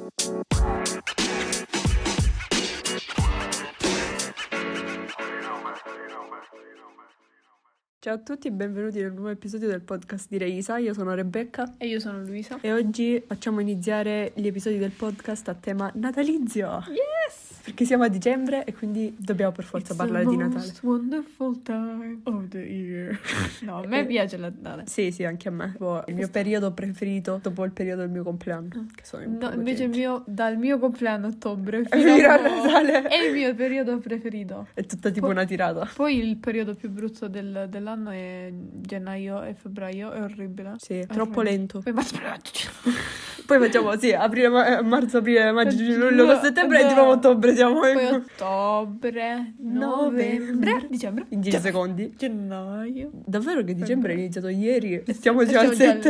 Ciao a tutti e benvenuti nel nuovo episodio del podcast di Reisa. Io sono Rebecca e io sono Luisa e oggi facciamo iniziare gli episodi del podcast a tema natalizio. Yes! Perché siamo a dicembre e quindi dobbiamo per forza parlare di Natale. It's the most wonderful time of the year. No, a me piace la Natale. Sì, anche a me. Tipo, il mio periodo preferito dopo il periodo del mio compleanno. Che sono no, invece dal mio compleanno a ottobre fino a Natale è il mio periodo preferito. È tutta tipo una tirata. Poi il periodo più brutto dell'anno è gennaio e febbraio. È orribile. Sì, è troppo lento. Poi facciamo, sì, aprile, marzo, aprile, maggio, giugno, luglio, settembre e tipo ottobre siamo. Poi ottobre, novembre, dicembre. In 10 secondi. Gennaio. Davvero che dicembre è iniziato ieri e stiamo già al 7.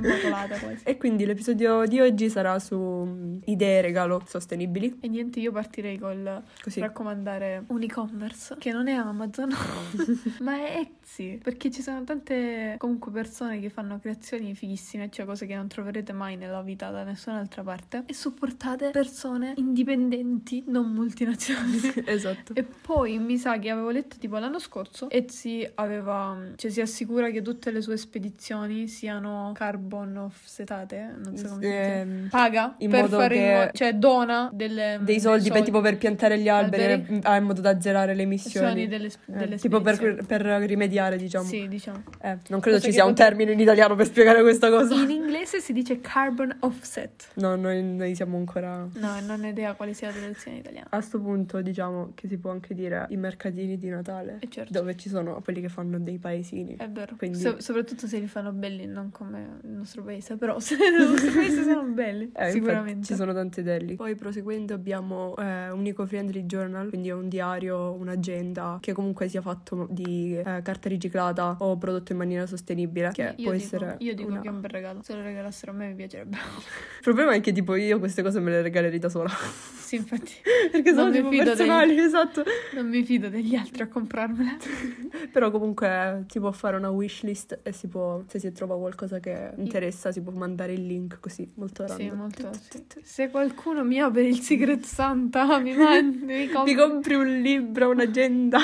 E quindi l'episodio di oggi sarà su idee regalo sostenibili. E niente, io partirei col raccomandare un e-commerce che non è Amazon, ma è Etsy. Perché ci sono tante comunque persone che fanno creazioni fighissime, cioè cose che non troverete mai nella vita da nessun'altra parte, e supportate persone indipendenti, non multinazionali. Esatto. E poi mi sa che avevo letto tipo l'anno scorso Etsy si assicura che tutte le sue spedizioni siano carbon offsetate, non so come si dice. Paga in per modo fare che cioè dona dei soldi per piantare gli alberi in modo da azzerare le emissioni delle tipo per rimediare, diciamo. Sì, diciamo. Non credo ci sia un termine in italiano per spiegare questa cosa. In inglese si dice carbon offset. No, noi siamo ancora... No, non ho idea quale sia la traduzione italiana. A sto punto diciamo che si può anche dire i mercatini di Natale, certo, dove ci sono quelli che fanno dei paesini. È vero. Quindi... soprattutto se li fanno belli, non come il nostro paese, però se il nostro paese sono belli, sicuramente. Ci sono tante deli. Poi proseguendo abbiamo un eco-friendly journal, quindi è un diario, un'agenda che comunque sia fatto di carta riciclata o prodotto in maniera sostenibile, che può essere... Io dico che è un bel regalo. Se lo regalassero a me mi piacerebbe. Il problema è che tipo io queste cose me le regalerei da sola. Sì, infatti. Perché sono tipo personali, esatto. Non mi fido degli altri a comprarmela. Però comunque si può fare una wishlist e se si trova qualcosa che interessa si può mandare il link, così, molto random. Sì, molto. Se qualcuno mi ha per il Secret Santa, mi compri un libro, un'agenda.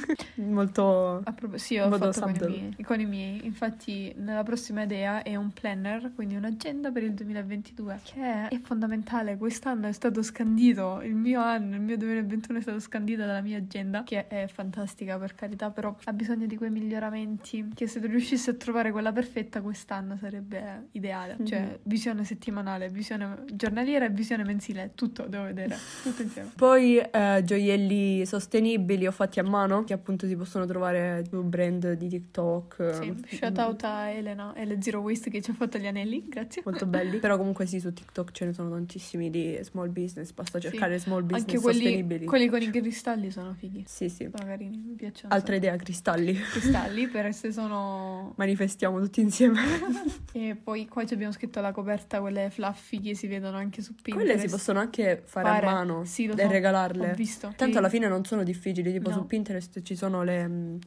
Molto... Sì, ho fatto con i miei. Infatti nella prossima idea è un planner, quindi un'agenda per il 2022, che è fondamentale. Quest'anno è stato scandito, il mio 2021 è stato scandito dalla mia agenda, che è fantastica per carità, però ha bisogno di quei miglioramenti che se riuscissi a trovare quella perfetta quest'anno sarebbe ideale. Cioè visione settimanale, visione giornaliera e visione mensile, tutto devo vedere, tutto insieme. Poi gioielli sostenibili o fatti a mano, che appunto si possono trovare su brand di TikTok. Sì, shout out a Elena e le Zero Waste che ci ha fatto gli anelli, grazie. Molto belli. Però comunque sì, su TikTok ce ne sono tantissimi di small business, basta cercare small business anche sostenibili. Quelli con i cristalli sono fighi. Sì. Sono carini, mi piacciono. Altra idea, cristalli. Cristalli, per se sono... Manifestiamo tutti insieme. E poi qua ci abbiamo scritto la coperta, quelle fluffy che si vedono anche su Pinterest. Quelle si possono anche fare a mano e regalarle. Ho visto. Tanto alla fine non sono difficili, tipo su Pinterest ci sono le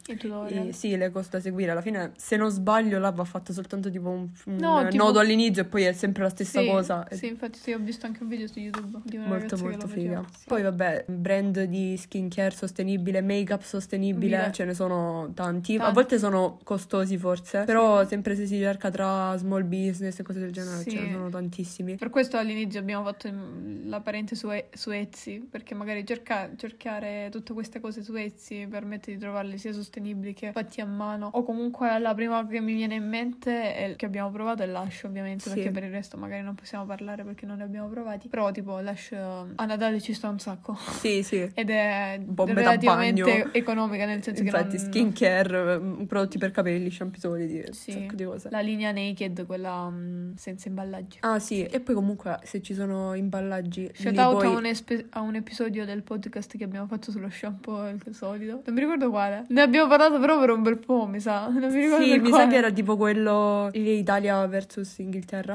cose da seguire. Alla fine, se non sbaglio, là va fatto soltanto tipo un nodo all'inizio e poi è sempre la stessa cosa. Sì, infatti ho visto anche un video su YouTube di una molto ragazza molto che figa. Sì. Poi vabbè, brand di skincare sostenibile, make-up sostenibile, ce ne sono tanti. A volte sono costosi forse, però sempre se si cerca tra small business e cose del genere ce ne sono tantissimi. Per questo all'inizio abbiamo fatto la parente su Etsy, perché magari cercare tutte queste cose su Etsy permette di trovarle sia sostenibili che fatti a mano, o comunque la prima che mi viene in mente è che abbiamo provato è Lush, ovviamente, perché per il resto magari non possiamo parlare perché non li abbiamo provati, però tipo Lush a Natale ci sta un sacco. Sì. Ed è relativamente economica, nel senso infatti, che skincare, prodotti per capelli, shampoosoli, un sacco di cose. La linea Naked, quella senza imballaggi. Ah sì, e poi comunque se ci sono imballaggi shout out a un episodio del podcast che abbiamo fatto sullo shampoo, il solito, non mi ricordo quale, ne abbiamo parlato però per un bel po', mi sa, non mi ricordo mi sa che era tipo quello Italia versus Inghilterra, forse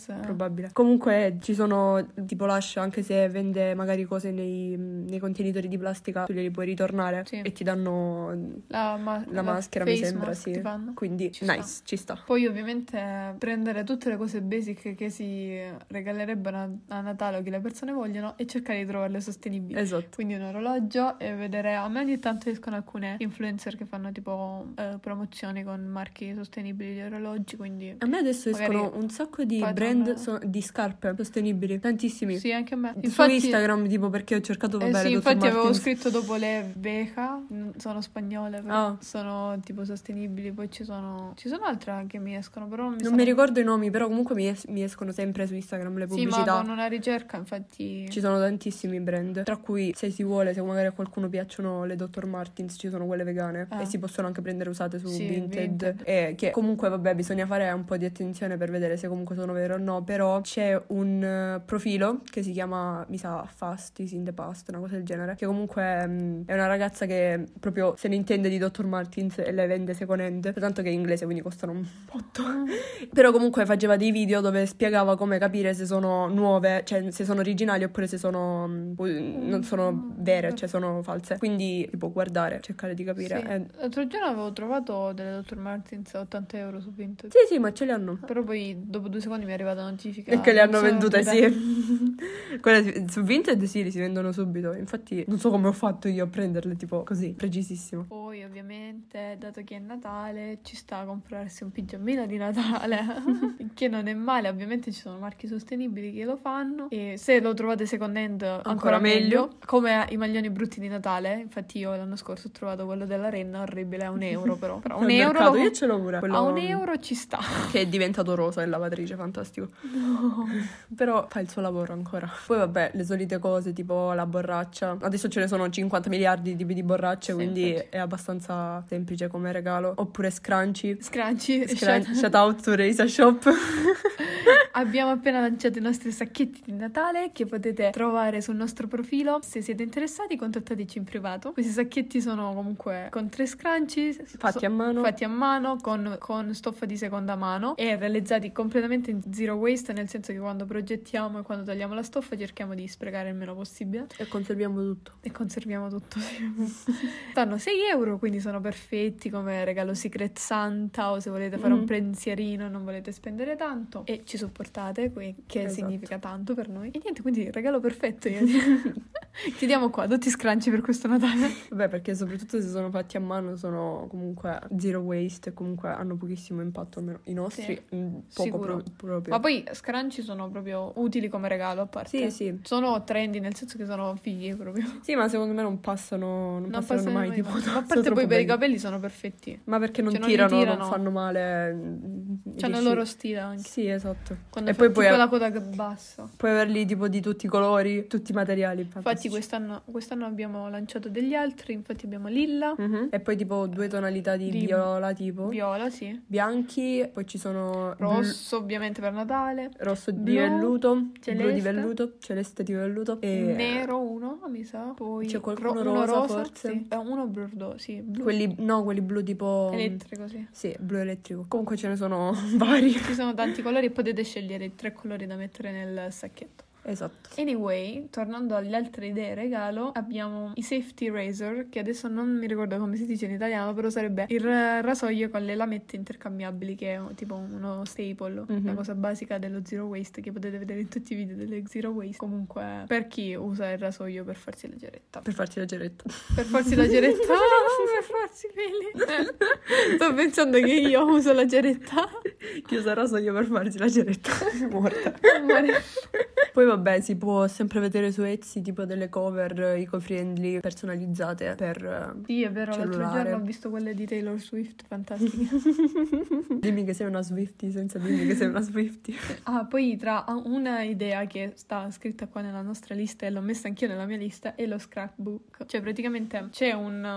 forse. Probabile. Comunque ci sono tipo Lush, anche se vende magari cose nei contenitori di plastica, tu li puoi ritornare e ti danno la maschera, mi sembra, sì. Quindi ci sta. Poi ovviamente prendere tutte le cose basic che si regalerebbero a Natale o che le persone vogliono e cercare di trovarle sostenibili. Esatto. Quindi un orologio e vedere, a me ogni tanto escono alcune influencer che fanno tipo promozioni con marchi sostenibili di orologi, quindi a me adesso escono un sacco di brand di scarpe sostenibili, tantissimi. Sì, anche a me. Infatti, su Instagram, tipo, perché ho cercato sì, infatti avevo scritto dopo le Beca, sono spagnole, però sono tipo sostenibili, poi ci sono altre che mi escono, però non mi ricordo i nomi, però comunque mi escono sempre su Instagram le pubblicità. Sì, ma con una ricerca, infatti ci sono tantissimi brand, tra cui se magari a qualcuno piacciono le Dr. Martens, ci sono quelle vegane e si possono anche prendere usate su Vinted. E che comunque vabbè, bisogna fare un po' di attenzione per vedere se comunque sono vere o no, però c'è un profilo che si chiama, mi sa, Fast is in the Past, una cosa del genere, che comunque è una ragazza che proprio se ne intende di Dr. Martens e le vende second hand, tanto che è inglese quindi costano un botto. Però comunque faceva dei video dove spiegava come capire se sono nuove, cioè se sono originali oppure se sono non sono vere, cioè sono false, quindi tipo guardare, cercare di capire. L'altro giorno avevo trovato delle Dr. Martens a 80 euro su Vinted. Sì, ma ce le hanno. Però poi dopo 2 secondi mi è arrivata la notifica e che le hanno vendute, sì. Quelle su Vinted li si vendono subito. Infatti non so come ho fatto io a prenderle tipo così, precisissimo. Poi ovviamente, dato che è Natale, ci sta a comprarsi un pigiamino di Natale che non è male. Ovviamente ci sono marchi sostenibili che lo fanno e se lo trovate second hand ancora meglio. Come i maglioni brutti di Natale. Infatti io l'anno scorso ho trovato quello della Renna, orribile, a €1 però. Un euro io ce l'ho pure. A €1 ci sta. Che è diventato rosa in lavatrice, fantastico. No. Però fa il suo lavoro ancora. Poi vabbè, le solite cose tipo la borraccia. Adesso ce ne sono 50 miliardi di tipi di borracce, quindi è abbastanza semplice come regalo. Oppure scrunchie. Shout out to Reisa Shop. Abbiamo appena lanciato i nostri sacchetti di Natale che potete trovare sul nostro profilo. Se siete interessati, contattateci in privato. Questi sacchetti sono comunque con 3 scrunchie fatti a mano con stoffa di seconda mano e realizzati completamente in zero waste, nel senso che quando progettiamo e quando tagliamo la stoffa cerchiamo di sprecare il meno possibile e conserviamo tutto, sì. Stanno €6, quindi sono perfetti come regalo Secret Santa o se volete fare un pensierino e non volete spendere tanto e ci supportate, che significa tanto per noi. E niente, quindi regalo perfetto. Chiediamo qua tutti scrunchie per questo Natale. Vabbè, perché soprattutto se sono fatti a mano sono comunque zero waste e comunque hanno pochissimo impatto, almeno i nostri poco proprio. Ma poi scrunchie sono proprio utili come regalo, a parte. Sì. Sono trendy, nel senso che sono fighi proprio. Sì, ma secondo me non passano mai tipo. Ma a parte poi per i capelli sono perfetti. Ma perché non tirano, non fanno male. C'hanno il loro stile anche. Sì, esatto. Quando e poi puoi la coda bassa. Puoi averli tipo di tutti i colori, tutti i materiali. Infatti quest'anno abbiamo lanciato degli altri, infatti abbiamo lilla. E poi tipo 2 tonalità di viola tipo. Viola, sì. Bianchi, poi ci sono rosso ovviamente per Natale. Rosso di velluto, blu di velluto, celeste di velluto e nero uno, mi sa. Poi c'è qualcuno rosa forse. Sì. Uno bordeaux, sì, blu. Quelli blu tipo elettrico, sì. Sì, blu elettrico. Comunque ce ne sono vari. Ci sono tanti colori e potete scegliere i 3 colori da mettere nel sacchetto. Esatto. Anyway, tornando alle altre idee regalo, abbiamo i safety razor, che adesso non mi ricordo come si dice in italiano, però sarebbe il rasoio con le lamette intercambiabili, che è tipo uno staple, una cosa basica dello zero waste che potete vedere in tutti i video delle zero waste. Comunque, per chi usa il rasoio per farsi la geretta. Per farsi la geretta. Per farsi la geretta. Per farsi peli. Sto pensando che io uso la geretta. Chi usa il rasoio per farsi la geretta è morta. Poi vabbè, si può sempre vedere su Etsy tipo delle cover eco-friendly personalizzate per sì, è vero, cellulare. L'altro giorno ho visto quelle di Taylor Swift, fantastiche. Dimmi che sei una Swiftie senza dirmi che sei una Swiftie. Poi tra una idea che sta scritta qua nella nostra lista e l'ho messa anch'io nella mia lista è lo scrapbook. Cioè praticamente c'è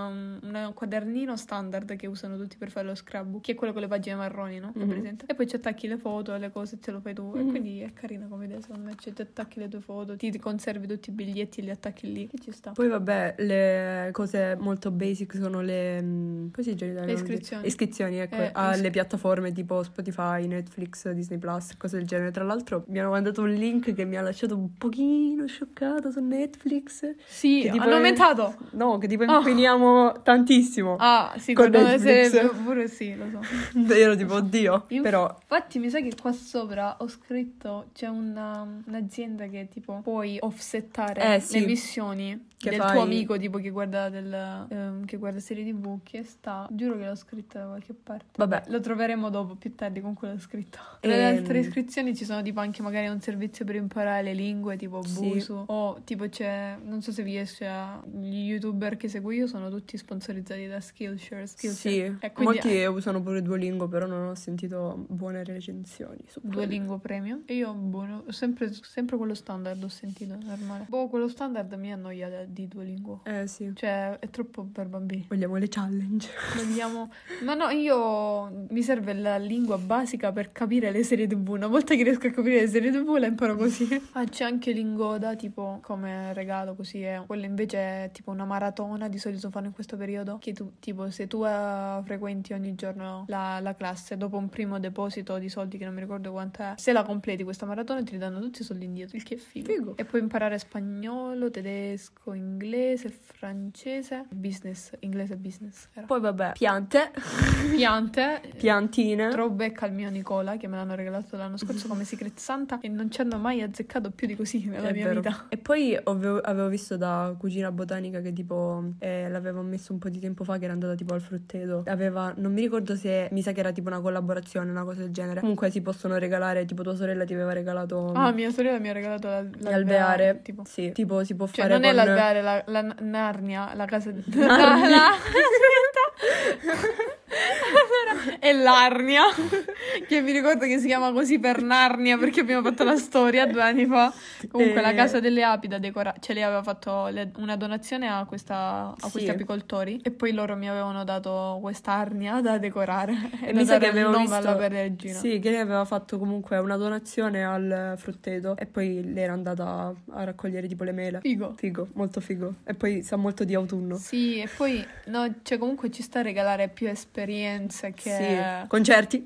un quadernino standard che usano tutti per fare lo scrapbook, che è quello con le pagine marroni, no? Presente? E poi ci attacchi le foto e le cose e te lo fai tu. E quindi è carina come idea, secondo me. Cioè, ti attacchi le tue foto, ti conservi tutti i biglietti e li attacchi lì, che ci sta. Poi vabbè, le cose molto basic sono le così le iscrizioni, ecco, alle piattaforme tipo Spotify, Netflix, Disney Plus, cose del genere. Tra l'altro mi hanno mandato un link che mi ha lasciato un pochino scioccata su Netflix. Sì, che tipo hanno aumentato. No, che tipo impegniamo tantissimo. Ah, sì, con Netflix. Pure sì, lo so. Io ero tipo, oddio, però... Infatti mi sa che qua sopra ho scritto, c'è un'azienda che tipo puoi offsettare le missioni del tuo amico tipo che guarda serie TV, che sta, giuro che l'ho scritta da qualche parte. Vabbè, lo troveremo dopo, più tardi, con quello scritto. Le altre iscrizioni ci sono tipo anche magari un servizio per imparare le lingue tipo Busuu, o tipo c'è, non so se vi esce, gli youtuber che seguo io sono tutti sponsorizzati da Skillshare. Sì, e quindi molti usano pure Duolingo, però non ho sentito buone recensioni su Duolingo Premium. E io sempre quello standard ho sentito, normale. Quello standard mi annoia di Duolingo. Sì. Cioè, è troppo per bambini. Vogliamo le challenge. Ma no, io mi serve la lingua basica per capire le serie TV. Una volta che riesco a capire le serie TV la imparo così. C'è anche Lingoda, tipo, come regalo, così è. Quella invece è tipo una maratona, di solito fanno in questo periodo, che tu, tipo, se tu frequenti ogni giorno la classe, dopo un primo deposito di soldi che non mi ricordo quanto è, se la completi questa maratona ti danno tutti i soldi indietro, il che è figo. E puoi imparare spagnolo, tedesco, inglese, francese, inglese e business. Poi vabbè, piantine. Throwback al mio Nicola, che me l'hanno regalato l'anno scorso come Secret Santa, e non ci hanno mai azzeccato più di così nella mia vita. E poi avevo visto da Cugina Botanica che tipo l'avevo messo un po' di tempo fa, che era andata tipo al frutteto. Non mi ricordo se, mi sa che era tipo una collaborazione, una cosa del genere. Comunque si possono regalare, tipo tua sorella ti aveva regalato... mia sorella mi ha regalato l'alveare. Tipo. Sì, tipo si può fare non è l'alveare, la Narnia, la casa di... Allora, è l'Arnia, che mi ricordo che si chiama così per Narnia perché abbiamo fatto la storia 2 anni fa. Comunque la casa delle api da decorare, lei aveva fatto una donazione a questi apicoltori, e poi loro mi avevano dato questa Arnia da decorare e mi sa che avevo visto alla perregina. Sì, che lei aveva fatto comunque una donazione al frutteto e poi lei era andata a raccogliere tipo le mele. Figo, molto figo. E poi sa molto di autunno. Sì, e poi cioè comunque ci sta a regalare più esperienze che... Sì, concerti,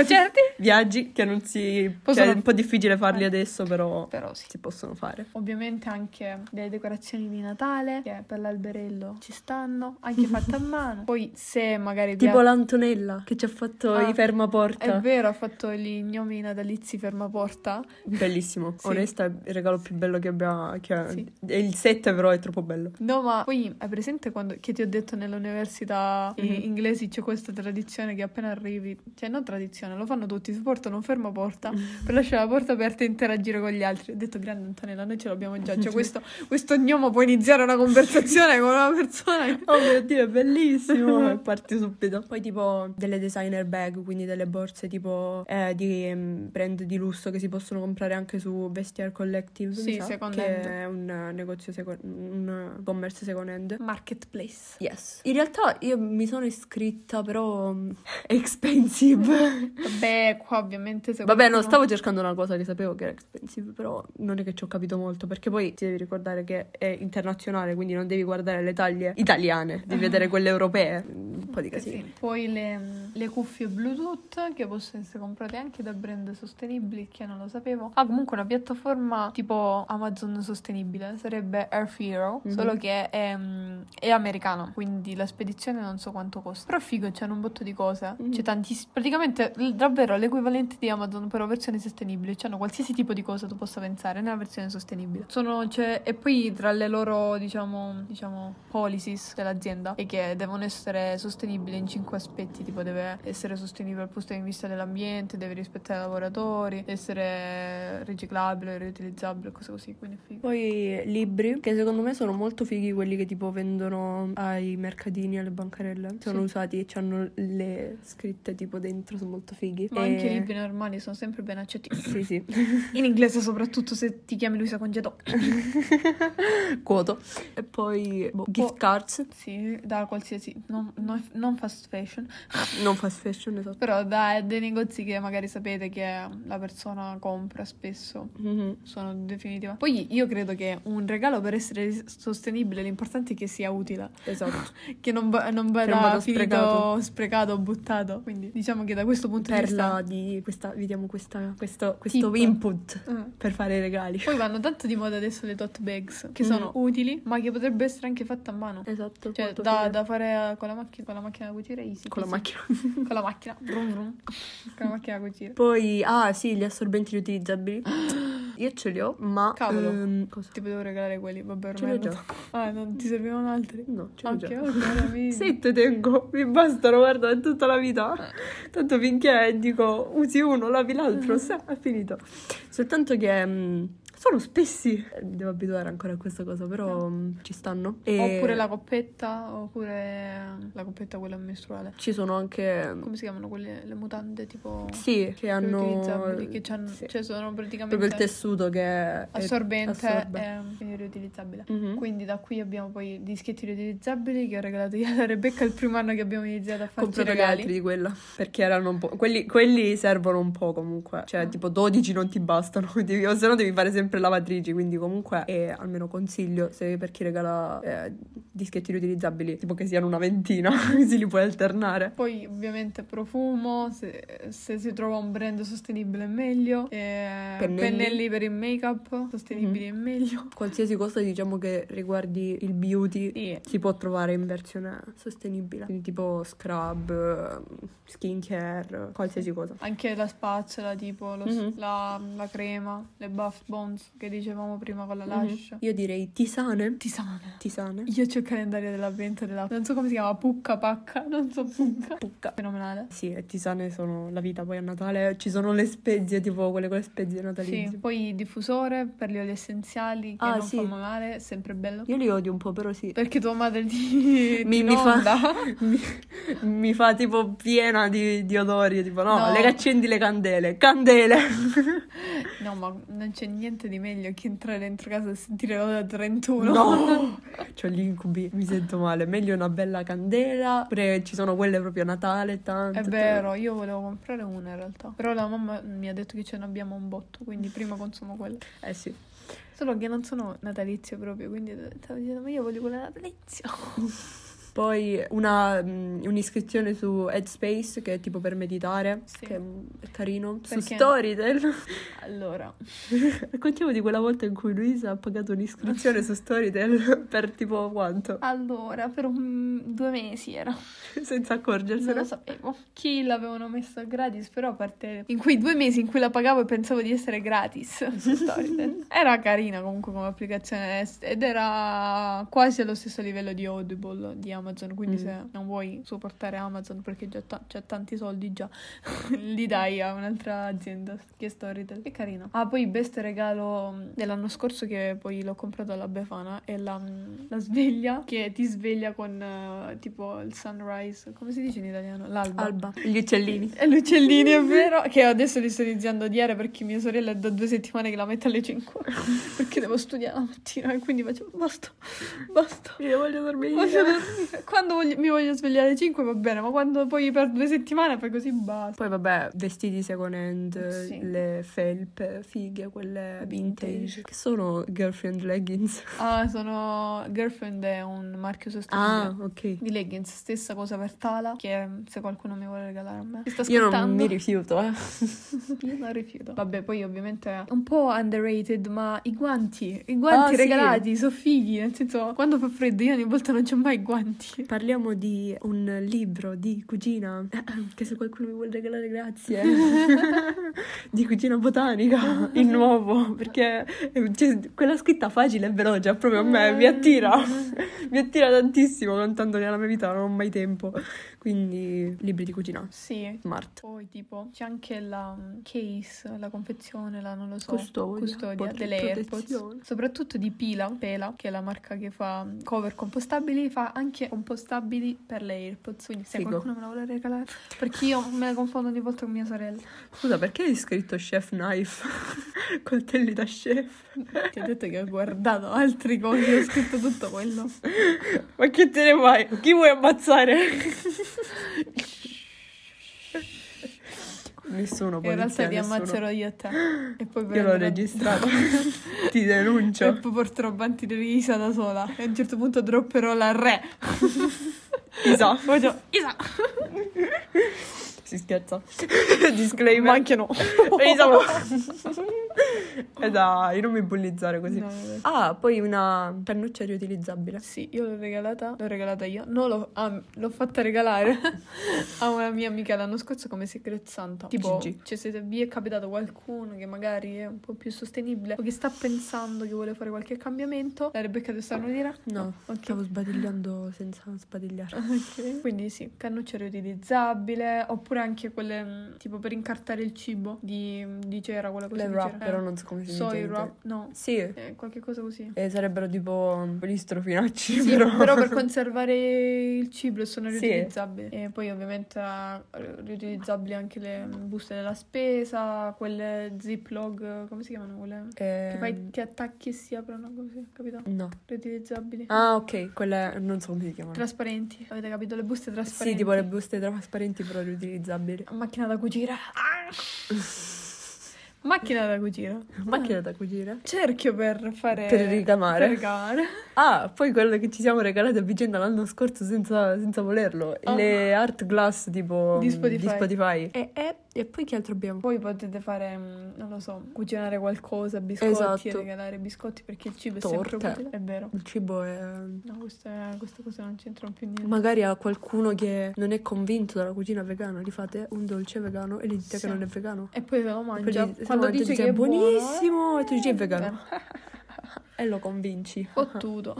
viaggi che non si... Cioè, è un po' difficile farli adesso, però sì, si possono fare. Ovviamente anche delle decorazioni di Natale, che per l'alberello ci stanno, anche fatte a mano. Poi se magari... Tipo l'Antonella, che ci ha fatto i fermaporta. È vero, ha fatto gli gnomi natalizi fermaporta. Bellissimo, sì. Onesta, è il regalo più bello che abbiamo. Sì. È il 7, però è troppo bello. No, ma poi hai presente che ti ho detto nell'università inglesi c'è questa tradizione che appena arrivi, cioè non tradizione, lo fanno tutti, si portano un fermaporta per lasciare la porta aperta e interagire con gli altri. Ho detto, grande Antonella, noi ce l'abbiamo già, cioè questo gnomo può iniziare una conversazione con una persona. Oh mio Dio, è bellissimo. Parti subito. Poi tipo delle designer bag, quindi delle borse tipo di brand di lusso che si possono comprare anche su Vestiaire Collective. Sì, second hand. Che è un negozio un commerce second hand. Marketplace. Yes. In realtà io mi sono iscritta, però è expensive. Vabbè, qua ovviamente stavo cercando una cosa che sapevo che era expensive, però non è che ci ho capito molto, perché poi ti devi ricordare che è internazionale, quindi non devi guardare le taglie italiane, devi vedere quelle europee. Un po' di casino. Sì. Poi le cuffie Bluetooth che possono essere comprate anche da brand sostenibili, che non lo sapevo. Comunque una piattaforma tipo Amazon sostenibile sarebbe Earth Hero, solo che è americano, quindi la spedizione non so quanto costa. Però figo, c'hanno un botto di cose. C'è tantissimo. Praticamente davvero l'equivalente di Amazon, però versione sostenibile. C'hanno qualsiasi tipo di cosa tu possa pensare nella versione sostenibile. E poi tra le loro diciamo policies dell'azienda è che devono essere sostenibili in 5 aspetti, tipo deve essere sostenibile dal punto di vista dell'ambiente, deve rispettare i lavoratori, essere riciclabile, riutilizzabile, cose così, quindi è figo. Poi libri, che secondo me sono molto fighi, quelli che tipo vendono ai mercatini, alle bancarelle. Sono usati e hanno le scritte tipo dentro, sono molto fighi. Ma anche i libri normali sono sempre ben accetti. Sì. In inglese soprattutto, se ti chiami Luisa Congedo. Quoto. E poi gift cards. Sì, da qualsiasi non fast fashion. Non fast fashion, esatto. Però dei negozi che magari sapete che la persona compra spesso, sono definitiva. Poi io credo che un regalo per essere sostenibile l'importante è che sia utile. Esatto. Che non vada finito sprecato o buttato. Quindi diciamo che da questo punto di vista vediamo questo input per fare i regali. Poi vanno tanto di moda adesso le tote bags che sono utili, ma che potrebbe essere anche fatta a mano. Esatto. Cioè da fare con la macchina da cucire easy. Con la macchina. Con la macchina. Brum brum. Con la macchina da cucire. Poi, sì, gli assorbenti riutilizzabili. Io ce li ho, ma... Cavolo. Cosa? Ti potevo regalare quelli, vabbè, Ce li ho già. Non ti servivano altri? No, ce li ho già. Ok, 7 tengo, mi bastano, guarda, è tutta la vita. Tanto finché, dico, usi uno, lavi l'altro, è finito. Soltanto che... sono spessi. Devo abituare ancora a questa cosa, però ci stanno. Oppure la coppetta, quella mestruale. Ci sono anche... Come si chiamano quelle, le mutande tipo... Sì, che hanno... riutilizzabili, che cioè sono praticamente... proprio il tessuto che è assorbente e quindi riutilizzabile. Quindi da qui abbiamo poi i dischetti riutilizzabili che ho regalato io alla Rebecca il primo anno che abbiamo iniziato a farci regali. Altri di quella, perché erano un po'... Quelli servono un po' comunque. Cioè, tipo 12 non ti bastano, o se no devi fare sempre lavatrici, quindi comunque almeno consiglio se per chi regala dischetti riutilizzabili tipo che siano una ventina così li puoi alternare. Poi ovviamente profumo, se si trova un brand sostenibile è meglio, pennelli per il make up sostenibili è meglio. Qualsiasi cosa diciamo che riguardi il beauty si può trovare in versione sostenibile, quindi tipo scrub, skincare, qualsiasi cosa, anche la spazzola tipo la crema, le buff bombs che dicevamo prima con la Lush. Io direi tisane. Io c'ho il calendario dell'avvento non so come si chiama, pacca, non so, Pucca. Fenomenale. Sì, e tisane sono la vita. Poi a Natale ci sono le spezie, tipo quelle con le spezie natalizie. Sì, poi il diffusore per gli oli essenziali che non fanno male, è sempre bello. Io li odio un po', però sì. Perché tua madre mi fa tipo piena di odori, tipo no, le accendi le candele. No, ma non c'è niente di meglio che entrare dentro casa e sentire l'odore da 31. No, c'ho gli incubi, mi sento male. Meglio una bella candela. Oppure ci sono quelle proprio a Natale, tanto. È vero, io volevo comprare una in realtà. Però la mamma mi ha detto che ce ne abbiamo un botto, quindi prima consumo quelle. Sì. Solo che non sono natalizie proprio, quindi stavo dicendo, ma io voglio quella natalizia. Poi un'iscrizione su Headspace che è tipo per meditare, che è carino. Perché? Su Storytel. Allora, raccontiamo di quella volta in cui Luisa ha pagato un'iscrizione su Storytel per tipo quanto? Allora, per 2 mesi era. Senza accorgersene. Non lo sapevo. Chi l'avevano messa gratis, però a parte in quei 2 mesi in cui la pagavo e pensavo di essere gratis su Storytel. Era carina comunque come applicazione ed era quasi allo stesso livello di Audible di Amazon, quindi se non vuoi supportare Amazon perché c'ha tanti soldi già, li dai a un'altra azienda che è Storytel. È carino. Poi best regalo dell'anno scorso che poi l'ho comprato alla Befana è la sveglia che ti sveglia con tipo il sunrise, come si dice in italiano? L'alba. Gli uccellini. Gli uccellini, è vero, che adesso li sto iniziando a odiare perché mia sorella è da 2 settimane che la mette alle 5 perché devo studiare la mattina e quindi faccio basta. Io voglio dormire. Quando mi voglio svegliare alle 5 va bene, ma quando poi per 2 settimane fai così basta. Poi vabbè, vestiti second hand, le felpe fighe, quelle vintage. Che sono Girlfriend leggings? Sono Girlfriend è un marchio sostenibile. Ok. Di leggings, stessa cosa per Tala, che se qualcuno mi vuole regalare a me. Io non mi rifiuto, Io non rifiuto. Vabbè, poi ovviamente un po' underrated, ma i guanti regalati sono fighi, nel senso, quando fa freddo io ogni volta non c'ho mai guanti. Parliamo di un libro di cucina che se qualcuno mi vuole regalare, grazie. Di cucina botanica, il nuovo, perché quella scritta facile e veloce proprio a me mi attira tantissimo, contando che nella mia vita non ho mai tempo, quindi libri di cucina smart. Poi tipo c'è anche la case, la confezione, la non lo so, custodia delle AirPods, soprattutto di Pela, che è la marca che fa cover compostabili, fa anche compostabili per le AirPods, quindi se qualcuno me la vuole regalare, perché io me la confondo ogni volta con mia sorella. Scusa, perché hai scritto chef knife? Coltelli da chef. Ti ho detto che ho guardato altre cose, ho scritto tutto quello. Ma che te ne vai? Chi vuoi ammazzare? Nessuno, in realtà ti nessuno. ammazzerò io a te. E poi Io l'ho registrato. Ti denuncio. E poi porterò avanti Isa da sola. E a un certo punto dropperò la re. Isa. Isa. Si scherza. Disclaimer. Ma anche no. Isa. Dai, non mi bullizzare così. No. Poi una cannuccia riutilizzabile. Sì, io l'ho regalata io. No, l'ho fatta regalare a una mia amica l'anno scorso come Secret Santa. Tipo, Gigi. cioè, se vi è capitato qualcuno che magari è un po' più sostenibile o che sta pensando che vuole fare qualche cambiamento, la Rebecca te stanno dire? No, Ok. stavo sbadigliando senza sbadigliare. Ok. Quindi sì, cannuccia riutilizzabile, oppure anche quelle tipo per incartare il cibo di cera, quella cosa Le di wrap, cera. però non so come si Soy dice. wrap, no. Sì. Qualche cosa così. Sarebbero tipo gli strofinacci, Sì, però. però per conservare il cibo sono Sì. riutilizzabili. E poi ovviamente riutilizzabili anche le buste della spesa, quelle Ziploc, come si chiamano quelle? Che attacchi e si aprono così, capito? No. Riutilizzabili. Ah, ok, quelle non so come si chiamano. Trasparenti, avete capito? Le buste trasparenti. Sì, tipo le buste trasparenti però riutilizzabili. Macchina da cucire. Macchina da cucire. Macchina da cucire. Cerchio per fare... Per ricamare. Per ricamare. Poi quello che ci siamo regalati a vicenda l'anno scorso senza volerlo. Le art glass tipo Di Spotify. E poi che altro abbiamo? Poi potete fare, non lo so, cucinare qualcosa, biscotti, Esatto. regalare biscotti, perché il cibo è Torte. sempre utile. È vero. Il cibo è... No, queste cose non c'entrano più niente. Magari a qualcuno che non è convinto dalla cucina vegana, gli fate un dolce vegano e gli dite che non è vegano. E poi ve lo mangia. Poi Quando dice che è buonissimo e tu dici è buono, vegano. E lo convinci. fottuto.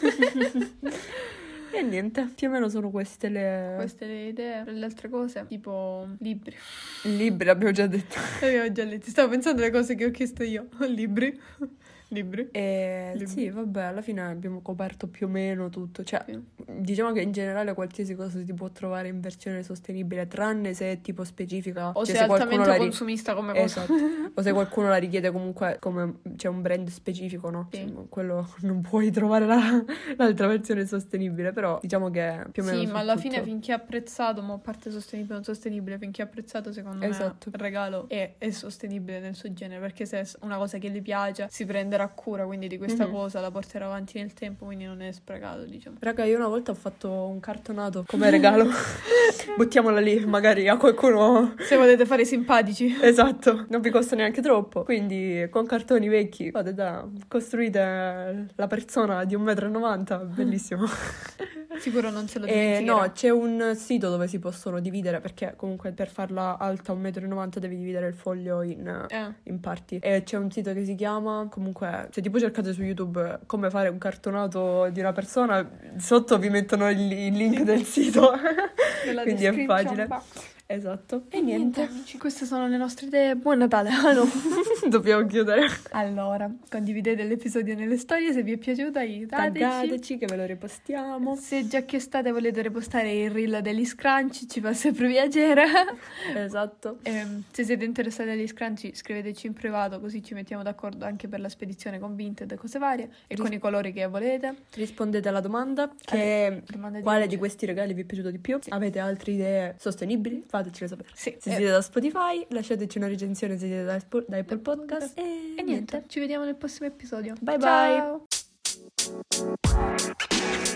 E niente, più o meno sono queste le idee. Per le altre cose, tipo libri. libri, abbiamo già detto. Avevo già letti. Stavo pensando alle cose che ho chiesto io. Libri. E sì, vabbè, alla fine abbiamo coperto più o meno tutto. Cioè, diciamo che in generale qualsiasi cosa si può trovare in versione sostenibile, tranne se è tipo specifica. O cioè, se è altamente consumista come cosa. Esatto. O se qualcuno la richiede comunque come c'è un brand specifico, no? Sì. Cioè, quello non puoi trovare l'altra versione sostenibile, però diciamo che più o meno sì, ma alla tutto. fine finché è apprezzato, ma a parte sostenibile o non sostenibile, finché è apprezzato secondo Esatto. me il regalo è sostenibile nel suo genere, perché se è una cosa che gli piace si prenderà cura quindi di questa cosa, la porterà avanti nel tempo, quindi non è sprecato, diciamo. Raga, io una volta ho fatto un cartonato come regalo. Buttiamola lì, magari a qualcuno. Se volete fare simpatici. Esatto, non vi costa neanche troppo. Quindi con cartoni vecchi costruite la persona di 1,90 m, bellissimo. Sicuro non se lo dimenticherà. No, c'è un sito dove si possono dividere, perché comunque per farla alta 1,90 m devi dividere il foglio in parti. E c'è un sito che si chiama, comunque, se tipo cercate su YouTube come fare un cartonato di una persona, sotto vi mettono il link del sito. Quindi è facile. Esatto. E niente. Amici, queste sono le nostre idee. Buon Natale. Ah, no. Dobbiamo chiudere. Allora, condividete l'episodio nelle storie se vi è piaciuto, taggateci che ve lo ripostiamo. Se già che state volete ripostare il reel degli scrunch, ci fa sempre piacere. Esatto. Se siete interessati agli scrunch, scriveteci in privato, così ci mettiamo d'accordo anche per la spedizione con Vinted e cose varie e con i colori che volete. Rispondete alla domanda quale di questi regali vi è piaciuto di più. Avete altre idee sostenibili? Fatecelo sapere. Sì. Se siete da Spotify, lasciateci una recensione se siete da Apple Podcast. E niente, ci vediamo nel prossimo episodio. Bye Ciao. bye.